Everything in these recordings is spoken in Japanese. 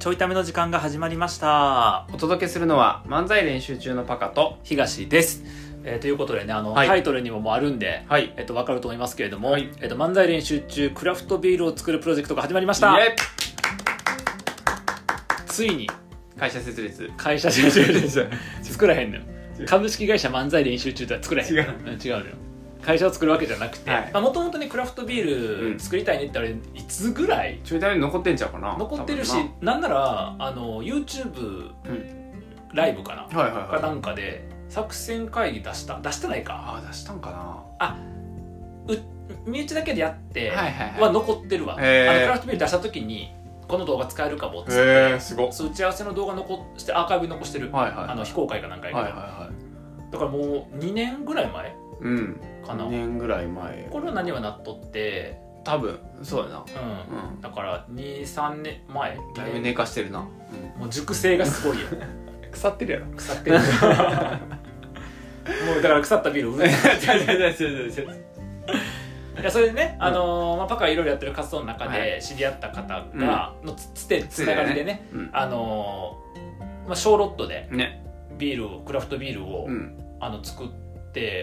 ちょいための時間が始まりました。 お届けするのは漫才練習中のパカと東です。ということでね、 はい、 タイトルにもあるんで、 はい、 分かると思いますけれども、 はい、 漫才練習中クラフトビールを作るプロジェクトが始まりました。ついに会社設立作らへんのよ。株式会社漫才練習中とは作らへんのよ。違うのよ。会社を作るわけじゃなくて、もともとねクラフトビール作りたいねってあれいつぐらいちょいために残ってんちゃうかな。 残ってるし、なんならYouTube ライブかな、かなんかで作戦会議出してないか。 出したんかな。 身内だけでやっては残ってるわ。クラフトビール出した時にこの動画使えるかもっつってすごい打ち合わせの動画残してアーカイブ残してる、非公開かなんかやけど、だからもう2年ぐらい前かな。 2年ぐらい前。 コロナにはなっとって多分そうやな。 だから 2,3 年前。 だいぶ寝かしてるな。 もう熟成がすごいよ。 腐ってるやろ。 腐ってる。もうだから腐ったビール売る。いやそれでね、パカがいろいろやってる活動の中で知り合った方がのつながりでね、小ロットでビールをクラフトビールを作って、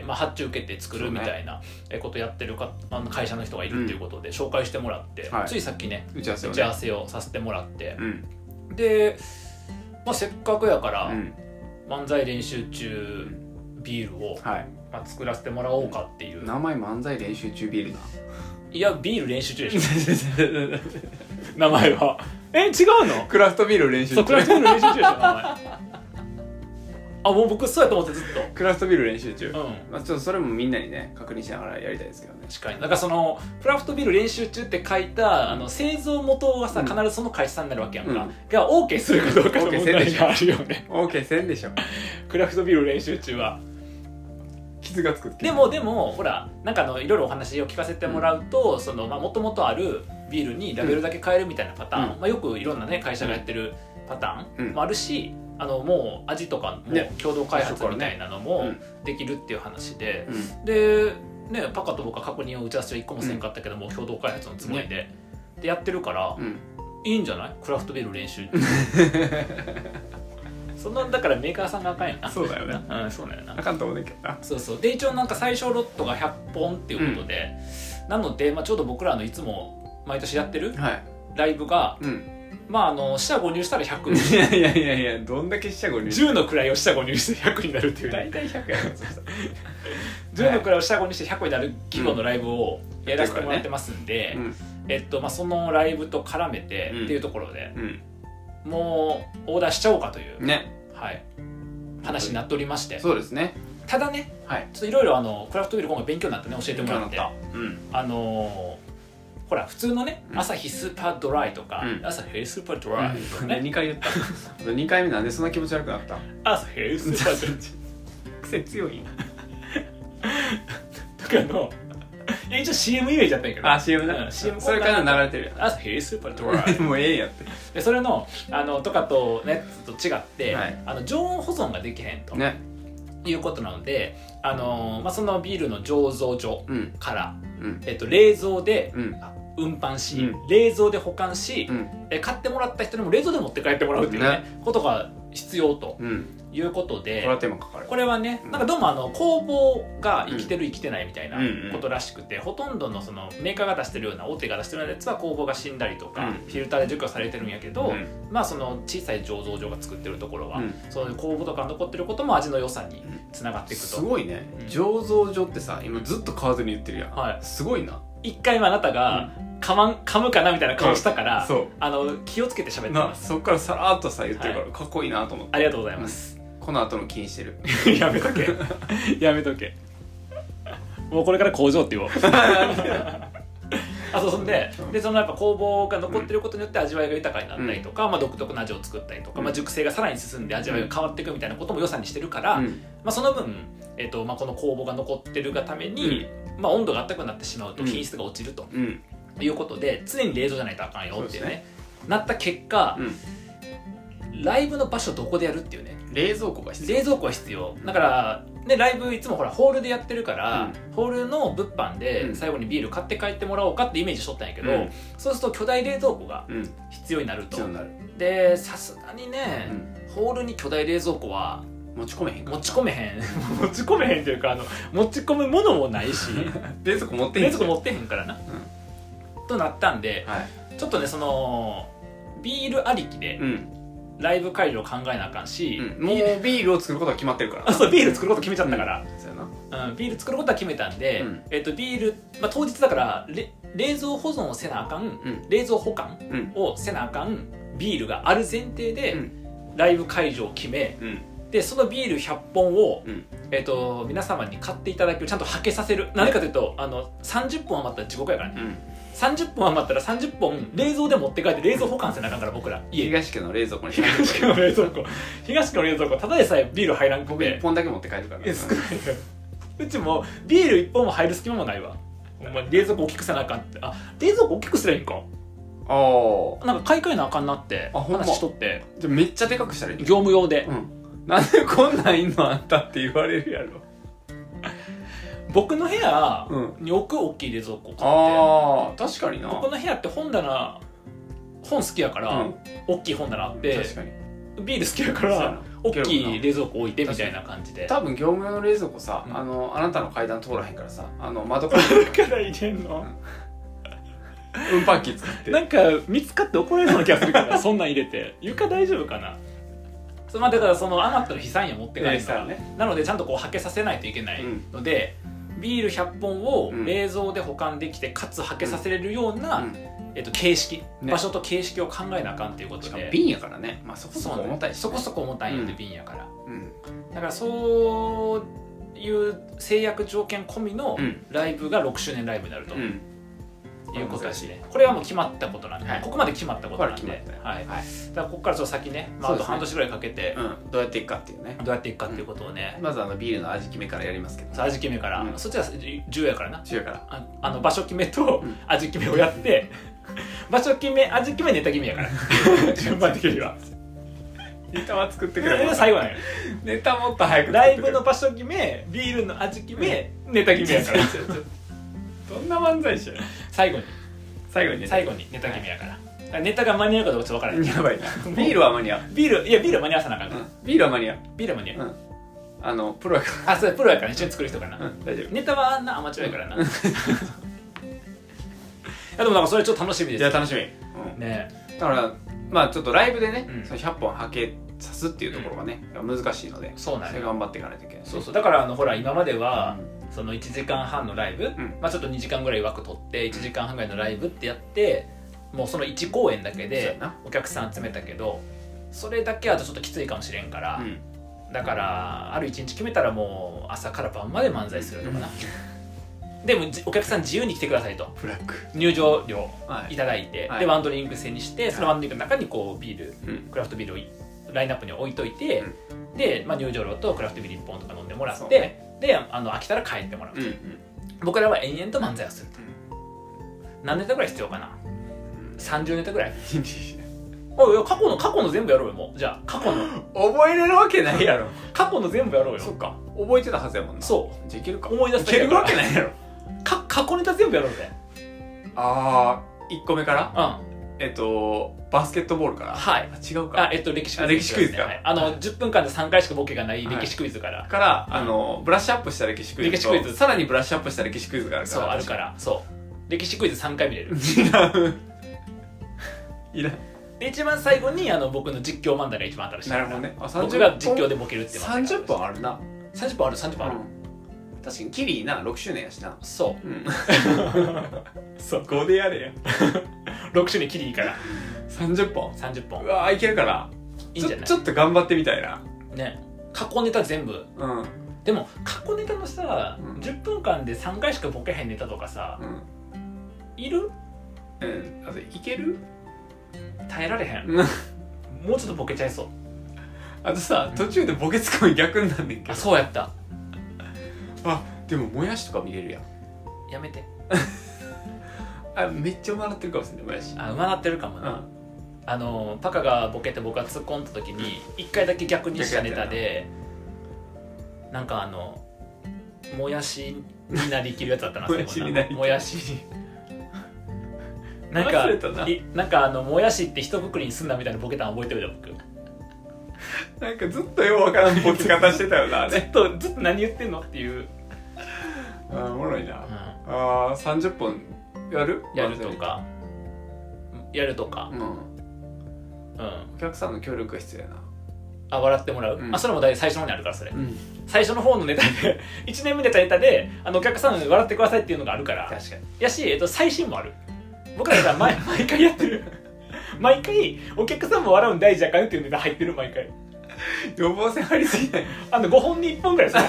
発注受けて作るみたいなことやってる会社の人がいるっていうことで紹介してもらって、ついさっきね打ち合わせをさせてもらって、で、せっかくやから漫才練習中ビールを作らせてもらおうかっていう。 名前漫才練習中ビールな。 いやビール練習中でしょ。名前は違うの。 クラフトビール練習中。 そう、クラフトビール練習中でしょ名前。もう僕そうやと思ってずっとクラフトビール練習中。ちょっとそれもみんなにね確認しながらやりたいですけどね。 確かに。だからそのクラフトビール練習中って書いた製造元がさ、必ずその会社さんになるわけやんか、が OK するかどうかの問題があるよね。 OK せんでしょ。 クラフトビール練習中は傷がつくって。 でもほらなんかいろいろお話を聞かせてもらうと、もともとあるビールにラベルだけ変えるみたいなパターン、よくいろんなね会社がやってるパターンもあるし、もう味とかも共同開発みたいなのもできるっていう話で、でねパカと僕は確認を打ち合わせは1個もせんかったけども、共同開発のつもりでやってるから、いいんじゃないクラフトビール練習。そのだからメーカーさんがあかんやな。 そうだよね。 そうだよな。 あかんと思うねんけどな。 そうで一応なんか最小ロットが100本っていうことで、なのでちょうど僕らのいつも毎年やってるライブが、四捨五入したら100。 いやどんだけ四捨五入。 10の位を四捨五入して100になるっていう。 大体100やろ。 10の位を四捨五入して100になる規模のライブをやらせてもらってますんで、そのライブと絡めてっていうところで、もうオーダーしちゃおうかという話になっておりまして。 そうですね。 ただね、ちょっといろいろクラフトビール今回勉強になってね、教えてもらって、ほら普通のね、アサヒスーパードライとか、アサヒスーパードライとかね、 2回言った。2回目なんでそんな気持ち悪くなった。 アサヒスーパードライ癖強いとか一応 CM イメージだったんやけど。 CM な。CM それから流れてるやん。 アサヒスーパードライもうええやって。 でそれのとかとねと違って、常温保存ができへんということなので、そのビールの醸造所から冷蔵で運搬し、冷蔵で保管し、買ってもらった人にも冷蔵で持って帰ってもらうっていうねことが必要ということで、 これは手間かかる。 これはね、なんかどうも工房が生きてる生きてないみたいなことらしくて、ほとんどのそのメーカーが出してるような大手が出してるようなやつは工房が死んだりとか、フィルターで除去されてるんやけど、その小さい醸造所が作ってるところは、そういう工房とか残ってることも味の良さにつながっていくと。 すごいね。醸造所ってさ、今ずっと買わずに言ってるやん。すごいな。 一回あなたが噛むかなみたいな顔したから、気をつけて喋ってます。 そっからさらっとさ言ってるからかっこいいなと思って。 ありがとうございます。 この後の気にしてる。 やめとけやめとけ。もうこれから工場って言おう。そんでそのやっぱ工房が残ってることによって味わいが豊かになったりとか、独特な味を作ったりとか、熟成がさらに進んで味わいが変わっていくみたいなことも良さにしてるから、その分、この工房が残ってるがために、温度が高くなってしまうと品質が落ちるということで、常に冷蔵じゃないとあかんよっていうねなった結果、ライブの場所どこでやるっていうね。 冷蔵庫が必要。 冷蔵庫は必要だからね。ライブいつもほらホールでやってるから、ホールの物販で最後にビール買って帰ってもらおうかってイメージしとったんやけど、そうすると巨大冷蔵庫が必要になると。でさすがにね、ホールに巨大冷蔵庫は持ち込めへん持ち込めへんというか持ち込むものもないし冷蔵庫持ってへんからな、となったんで、ちょっとねそのビールありきでライブ会場を考えなあかんし、 もうビールを作ることは決まってるからそうビール作ること決めちゃったから、ビール作ることは決めたんで、ビール、当日だから冷蔵保存をせなあかん、冷蔵保管をせなあかんビールがある前提でライブ会場を決め、でそのビール100本を、皆様に買っていただける、ちゃんとはけさせる。なぜかというと30本余ったら地獄やからね、30本余ったら30本冷蔵で持って帰って冷蔵保管せなあかんから、僕ら東家の冷蔵庫に東家の冷蔵庫ただでさえビール入らんくて僕1本だけ持って帰るからね。 少ないからうちもビール1本も入る隙間もないわ。ほんまに冷蔵庫大きくせなあかんって。冷蔵庫大きくすりゃいいんか。なんか買い替えなあかんなって話しとって。 じゃめっちゃでかくしたらいい。 業務用で、 なんでこんなんいんのあんたって言われるやろ。 僕の部屋に置く大きい冷蔵庫買って、 確かにな。 僕の部屋って本好きやから、大きい本棚あって、 確かにビール好きやから大きい冷蔵庫置いてみたいな感じで。 多分業務用の冷蔵庫さ、あなたの階段通らへんからさ、窓から入れんの運搬機使ってなんか見つかって怒られそうな気がするからそんなん入れて床大丈夫かな。だからその余ったら飛散や持って帰るから、なのでちゃんとこうはけさせないといけないので、ビール100本を冷蔵で保管できて、かつはけさせれるような、形式、場所と形式を考えなあかんっていうことで。 瓶やからね、そこそこ重たいし、 そこそこ重たいんで瓶やから、だからそういう制約条件込みのライブが6周年ライブになるということだしね。これはもう決まったことなんで、ここまで決まったことなんで、だからここからちょっと先ね、あと半年ぐらいかけてどうやっていくかっていうね、 どうやっていくかっていうことをね、 まずビールの味決めからやりますけど、 味決めから、そっちは重要やからな。 重要やから場所決めと味決めをやって場所決め味決めネタ決めやから順番的にはネタは作ってくれば最後なんよ。 ネタもっと早くライブの場所決め、ビールの味決め、ネタ決めやからどんな漫才師や。 最後にネタ決めやから、ネタが間に合うかどうかちょっと分からない。 やばいな。ビールは間に合う。 ビールは間に合わさなあかんから。 ビールは間に合う。プロやから。そうプロやから一緒に作る人かな。 大丈夫。 ネタはあんなアマチュアやからな。でもなんかそれちょっと楽しみです。 いや楽しみ。 ね。 だからちょっとライブでね、その100本はけさすっていうところがね難しいので、 そうなんよ。頑張っていかないといけない。 そうだからほら今まではその1時間半のライブ、ちょっと2時間ぐらい枠取って1時間半ぐらいのライブってやって、もうその1公演だけでお客さん集めたけど、それだけはちょっときついかもしれんから、だからある1日決めたらもう朝から晩まで漫才するとかな。でもお客さん自由に来てくださいと。 ブラック入場料いただいて、でワンドリンク制にして、そのワンドリンクの中にこうビール、クラフトビールをラインナップに置いといて、で、入場料とクラフトビール1本とか飲んでもらって、で飽きたら帰ってもらうと。僕らは延々と漫才をすると。何ネタぐらい必要かな。30ネタぐらい。過去の全部やろうよ。もうじゃあ過去の覚えれるわけないやろ。 過去の全部やろうよ。 そっか、覚えてたはずやもんな。 そうじゃあいけるか。 思い出すだけいけるわけないやろ。 過去ネタ全部やろうぜ。 1個目からバスケットボールから。 はい。 違うか。 歴史クイズか。 10分間で3回しかボケがない歴史クイズからブラッシュアップした歴史クイズとさらにブラッシュアップした歴史クイズがあるから。 そうあるから。そう歴史クイズ3回見れる。 いらん。 で一番最後に僕の実況漫才が一番新しい。 なるほどね。 僕が実況でボケるって 30分あるな。 30分ある。 確かにキリな6周年やしな。 そう5でやれや。6周年キリいいから 30本。 うわいけるかな。いいんじゃない。ちょっと頑張ってみたいなね。過去ネタ全部。でも過去ネタのさ、10分間で3回しかボケへんネタとかさ、いる？ いける？ 耐えられへん。もうちょっとボケちゃいそう。 あとさ、途中でボケツッコミ逆になんねんけど。 そうやった。 でももやしとか見れるやん。 やめて。 めっちゃうまなってるかもしれない。もやしうまなってるかもな。 パカがボケて僕が突っ込んだ時に1回だけ逆にしたネタで、なんかもやしになりきるやつだったな。もやしになりきる、もやしになんかもやしって一括りにすんなみたいなボケたの覚えてるよ僕。 なんかずっとようわからんボケ方してたよな。 ずっと何言ってんのっていう。 おもろいな。30本やるとかお客さんの協力が必要やな。 笑ってもらう、それも最初の方にあるからそれ、最初の方のネタで1年目でネタでお客さんに笑ってくださいっていうのがあるから。 確かに。 やし、最新もある。僕らが毎回やってる毎回お客さんも笑うん大事やからっていうネタ入ってる。毎回予防線張りすぎない 5本に1本ぐらい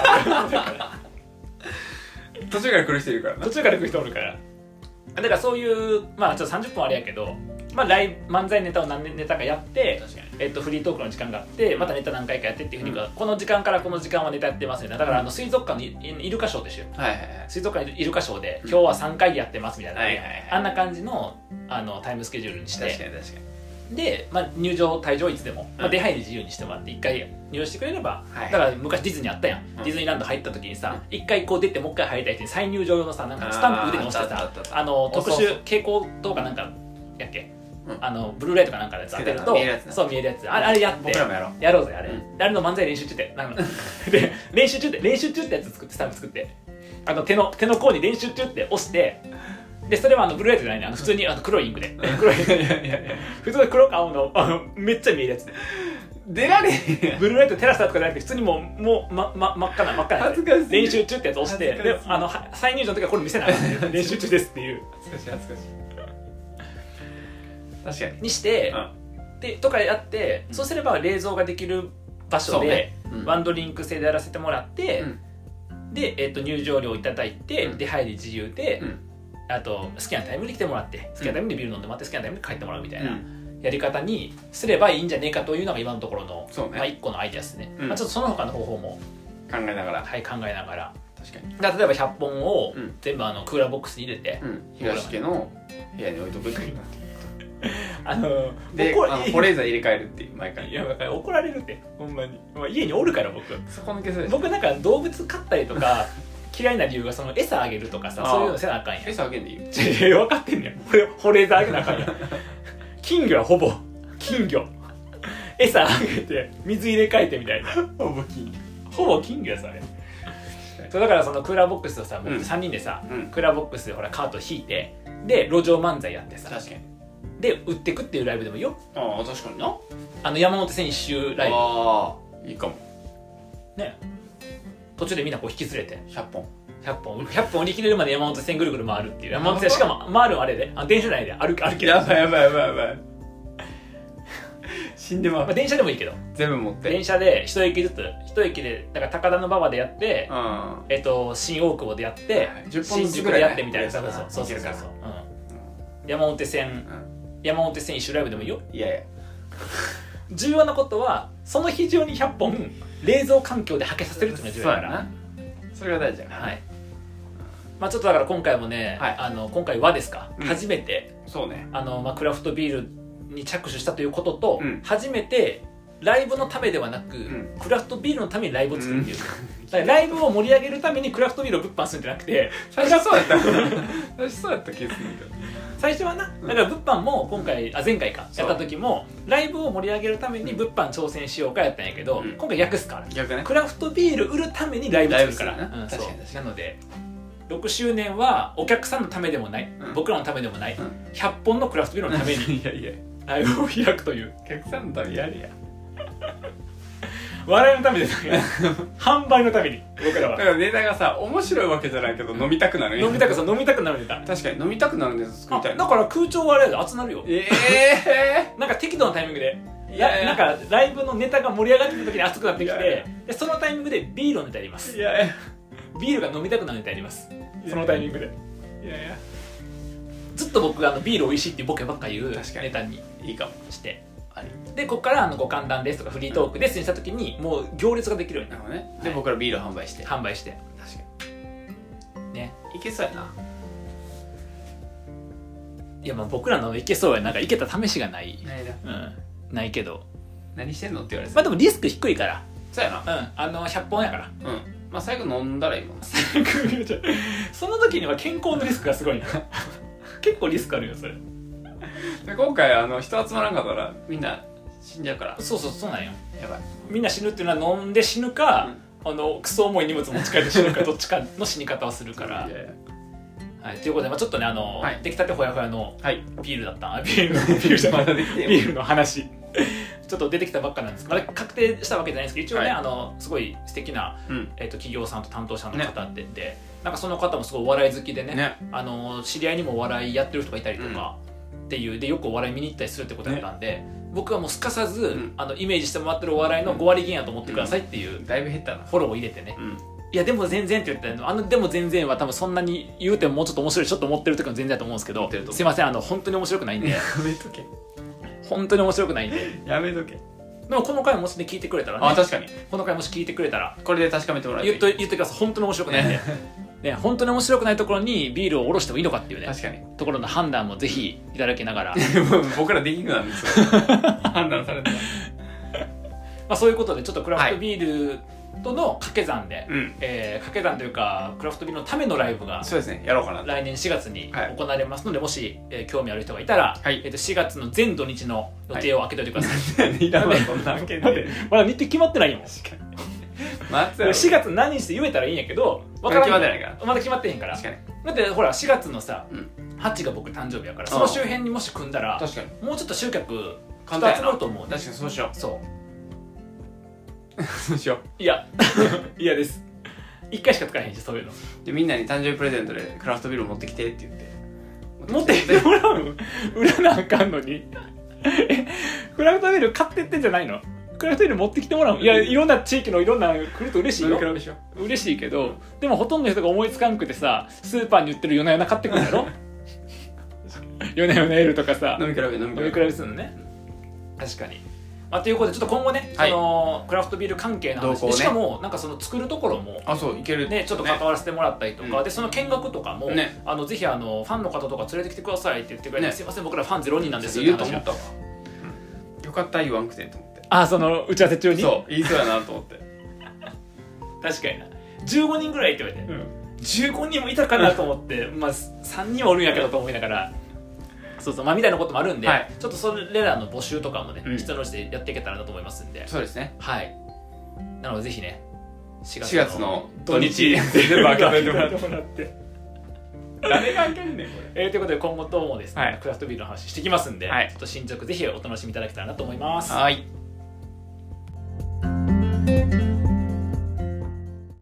途中から来る人いるからな。 途中から来る人おるから。だからそういうちょっと30分あれやけど、漫才ネタを何ネタかやって、フリートークの時間があって、またネタ何回かやってっていうふうに、この時間からこの時間はネタやってますよね。だから水族館にイルカショーでしょ。水族館にイルカショーで今日は3回やってますみたいな、あんな感じのタイムスケジュールにして、 確かにで、入場退場いつでも、出入り自由にしてもらって1回入場してくれれば、だから昔ディズニーあったやん、ディズニーランド入った時にさ、1回こう出てもう1回入りたい人に再入場用のさ、なんかスタンプ腕に押してさ、特殊蛍光灯かなんかやっけ、ブルーライトかなんかで当てると見えるやつ、あれやって僕らもやろうぜ。あれの漫才練習中ってで練習中ってやつ作って、スタンプ作って手の甲に練習中って押して、でそれはブルーライトじゃないね、普通に黒いインクで普通の黒か青のめっちゃ見えるやつで出られへん。 ブルーライト照らしたとかじゃなくて、普通にもう真っ赤な練習中ってやつ押して、で再入場の時はこれ見せない練習中ですっていう恥ずかしい確かににして、でとかやって、そうすれば冷蔵ができる場所でワンドリンク制でやらせてもらって、で、入場料いただいて、出入り自由で、あと好きなタイムに来てもらって、好きなタイムでビール飲んでもらって、好きなタイムで帰ってもらうみたいなやり方にすればいいんじゃねえかというのが今のところの1個のアイデアですね。ちょっとその他の方法も考えながら、 考えながら。 確かに。 例えば100本を全部クーラーボックスに入れて、 東家の部屋に置いとくっていうで保冷剤入れ替えるっていう毎回。 いや怒られるってほんまに。家におるから僕そこ抜けそうです。 僕なんか動物飼ったりとか嫌いな理由がその餌あげるとかさ、そういうのせなあかんやん。 餌あげんでいいよ。 分かってんねん。保冷剤あげなあかんやん。金魚はほぼ金魚、餌あげて水入れ替えてみたいな。ほぼ金魚やさあれ。だからそのクーラーボックスをさ、3人でさ、クーラーボックスでほらカート引いて、で路上漫才やってさ、 確かに。 で売ってくっていうライブでもいいよ。 確かにな。 山手線一周ライブ。 いいかもね。途中でみんなこう引き連れて 100本売り切れるまで山手線ぐるぐる回るっていう。山手線しかも回るのあれで、電車内で歩ける。 やばい死んでまう。 電車でもいいけど、 全部持って電車で一駅ずつ、一駅でだから高田馬場でやって、新大久保でやって、新宿でやってみたいな。そう山手線一周ライブでもいいよ。 いや重要なことはその日中に100本冷蔵環境ではけさせるっていうのが重要だから。 それが大事だから。 はい。ちょっとだから今回もね、今回はですか、初めてそうね、 クラフトビールに着手したということと、初めてライブのためではなく、クラフトビールのためにライブを作るっていう、だからライブを盛り上げるためにクラフトビールを物販するんじゃなくて、 最初そうやった気がするんだけど、 最初はな、だから物販も前回かやった時もライブを盛り上げるために物販挑戦しようかやったんやけど、今回逆っすから、 逆ね、 クラフトビール売るためにライブ作るから。なので6周年はお客さんのためでもない、僕らのためでもない、100本のクラフトビールのためにライブを開くという。 お客さんのためにやれや。 笑いのためでない販売のために。僕らはだからネタがさ面白いわけじゃないけど、飲みたくなる飲みたくなるネタ。 確かに飲みたくなるネタ作りたいな。 だから空調割れで集まるよ。なんか適度なタイミングで、なんかライブのネタが盛り上がってる時に熱くなってきて、でそのタイミングでビールのネタやります。ビールが飲みたくなるネタやります。そのタイミングでずっと僕がビール美味しいっていうボケばっか言うネタにいいかもして、でここからご歓談ですとかフリートークですにした時にもう行列ができるようになるのね。 で僕らビールを販売して確かにね、 いけそうやな。 いやまあ僕らのいけそうやなんかいけた試しがない、 ないな、 ないけど何してんのって言われて、 まあでもリスク低いからそうやな、 100本やからまあ最後飲んだらいいもんその時には健康のリスクがすごい結構リスクあるよそれで今回人集まらんかったらみんな死んじゃうから。 そうなんよ。 やばい。 みんな死ぬっていうのは飲んで死ぬか、クソ重い荷物持ち帰って死ぬかどっちかの死に方をするからはい、ということで、ちょっとね出来たてほやほやのビールだったビールの話ちょっと出てきたばっかなんですけど、まだ確定したわけじゃないですけど、一応ね、すごい素敵な、企業さんと担当者の方で、なんかその方もすごいお笑い好きでね、知り合いにもお笑いやってる人がいたりとかっていうで、よくお笑い見に行ったりするってことだったんで、僕はもうすかさず、イメージしてもらってるお笑いの5割減やと思ってくださいっていうだいぶ減ったなフォローを入れてね、いやでも全然って言ったらでも全然は多分そんなに言うてももうちょっと面白いちょっと思ってる時も全然だと思うんですけど、すいません本当に面白くないんでやめとけ本当に面白くないんでやめとけ。 でもこの回もしね聞いてくれたらね、 確かにこの回もし聞いてくれたらこれで確かめてもらえる、 言ってください。本当に面白くないんでね、本当に面白くないところにビールを下ろしてもいいのかっていうね、 確かにところの判断もぜひいただきながら僕らできなくなんですよ判断されてそういうことでちょっとクラフトビールとの掛け算で、掛け算というかクラフトビールのためのライブがそうですね、やろうかな来年4月に行われますので、もし、興味ある人がいたら、4月の全土日の予定を開けておいてください。 いらないそんな開けてまだ日程決まってないよ。4月何日って言えたらいいんやけど、 分からん、決まってないからまだ決まってへんから。だってほら4月のさ、8が僕誕生日やから、その周辺にもし組んだらもうちょっと集客簡単集まると思う。 確かにそうしよう。そうしよう。 いや嫌です。1回しか使えへんし、そういうのでみんなに誕生日プレゼントでクラフトビール持ってきてって言って持ってきてもらう売らなあかんのにクラフトビール買ってってんじゃないの？クラフトビール持ってきてもらう。いや、いろんな地域のいろんな来ると嬉しいよ。嬉しいけど、でもほとんどの人が思いつかんくてさ、スーパーに売ってる夜な夜な買ってくるんやろ夜な夜なエールとかさ、飲み比べするのね。確かに。ということでちょっと今後ね、そのクラフトビール関係の話で、しかもなんかその作るところもいけるね、ちょっと関わらせてもらったりとかで、その見学とかもぜひファンの方とか連れてきてくださいって言ってくれて、すいません僕らファン0人なんですよって話だったわ。 よかった言わんくてと思って、 その打ち合わせ中にそう言いそうやなと思って確かにな、15人ぐらいって言われて、15人もいたかなと思って3人はおるんやけどと思いながら、みたいなこともあるんで、ちょっとそれらの募集とかもね、必要なうちでやっていけたらなと思いますんで。 そうですね。 はい。なのでぜひね、 4月の土日全部開けてもらって誰が開けんねんこれ。 ということで今後ともですね、クラフトビールの話してきますんで、ちょっと進捗ぜひお楽しみいただけたらなと思います。 はい。